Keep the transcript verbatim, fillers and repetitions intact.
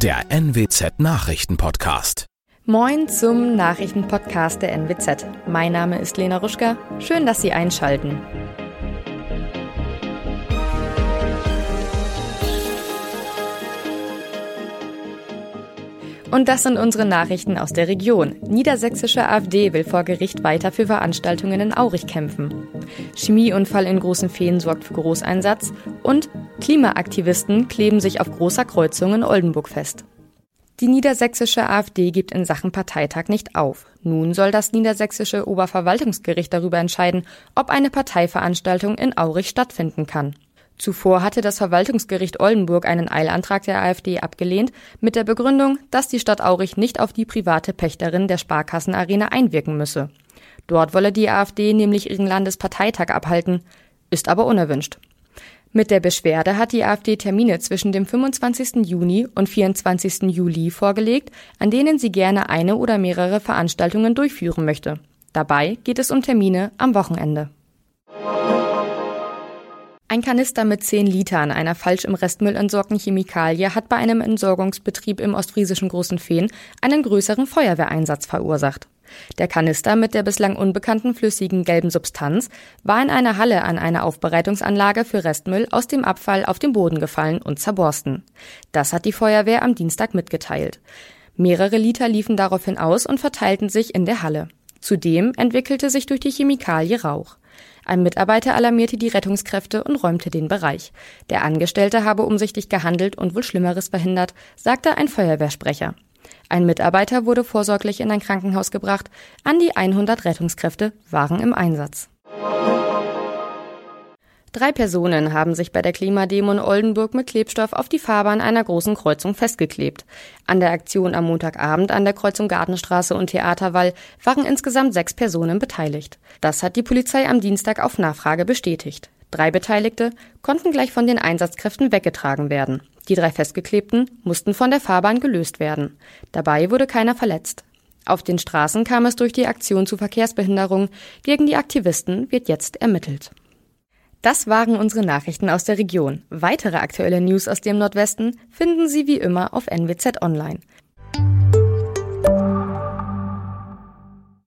der N W Z-Nachrichten-Podcast. Moin zum Nachrichtenpodcast der N W Z. Mein Name ist Lena Ruschka. Schön, dass Sie einschalten. Und das sind unsere Nachrichten aus der Region. Niedersächsische AfD will vor Gericht weiter für Veranstaltungen in Aurich kämpfen. Chemieunfall in Großenfehn sorgt für Großeinsatz. Und Klimaaktivisten kleben sich auf großer Kreuzung in Oldenburg fest. Die niedersächsische AfD gibt in Sachen Parteitag nicht auf. Nun soll das niedersächsische Oberverwaltungsgericht darüber entscheiden, ob eine Parteiveranstaltung in Aurich stattfinden kann. Zuvor hatte das Verwaltungsgericht Oldenburg einen Eilantrag der AfD abgelehnt, mit der Begründung, dass die Stadt Aurich nicht auf die private Pächterin der Sparkassenarena einwirken müsse. Dort wolle die AfD nämlich ihren Landesparteitag abhalten, ist aber unerwünscht. Mit der Beschwerde hat die AfD Termine zwischen dem fünfundzwanzigsten Juni und vierundzwanzigsten Juli vorgelegt, an denen sie gerne eine oder mehrere Veranstaltungen durchführen möchte. Dabei geht es um Termine am Wochenende. Ein Kanister mit zehn Litern einer falsch im Restmüll entsorgten Chemikalie hat bei einem Entsorgungsbetrieb im ostfriesischen Großenfehn einen größeren Feuerwehreinsatz verursacht. Der Kanister mit der bislang unbekannten flüssigen gelben Substanz war in einer Halle an einer Aufbereitungsanlage für Restmüll aus dem Abfall auf den Boden gefallen und zerborsten. Das hat die Feuerwehr am Dienstag mitgeteilt. Mehrere Liter liefen daraufhin aus und verteilten sich in der Halle. Zudem entwickelte sich durch die Chemikalie Rauch. Ein Mitarbeiter alarmierte die Rettungskräfte und räumte den Bereich. Der Angestellte habe umsichtig gehandelt und wohl Schlimmeres verhindert, sagte ein Feuerwehrsprecher. Ein Mitarbeiter wurde vorsorglich in ein Krankenhaus gebracht. An die hundert Rettungskräfte waren im Einsatz. Drei Personen haben sich bei der Klimademo in Oldenburg mit Klebstoff auf die Fahrbahn einer großen Kreuzung festgeklebt. An der Aktion am Montagabend an der Kreuzung Gartenstraße und Theaterwall waren insgesamt sechs Personen beteiligt. Das hat die Polizei am Dienstag auf Nachfrage bestätigt. Drei Beteiligte konnten gleich von den Einsatzkräften weggetragen werden. Die drei Festgeklebten mussten von der Fahrbahn gelöst werden. Dabei wurde keiner verletzt. Auf den Straßen kam es durch die Aktion zu Verkehrsbehinderung. Gegen die Aktivisten wird jetzt ermittelt. Das waren unsere Nachrichten aus der Region. Weitere aktuelle News aus dem Nordwesten finden Sie wie immer auf N W Z Online.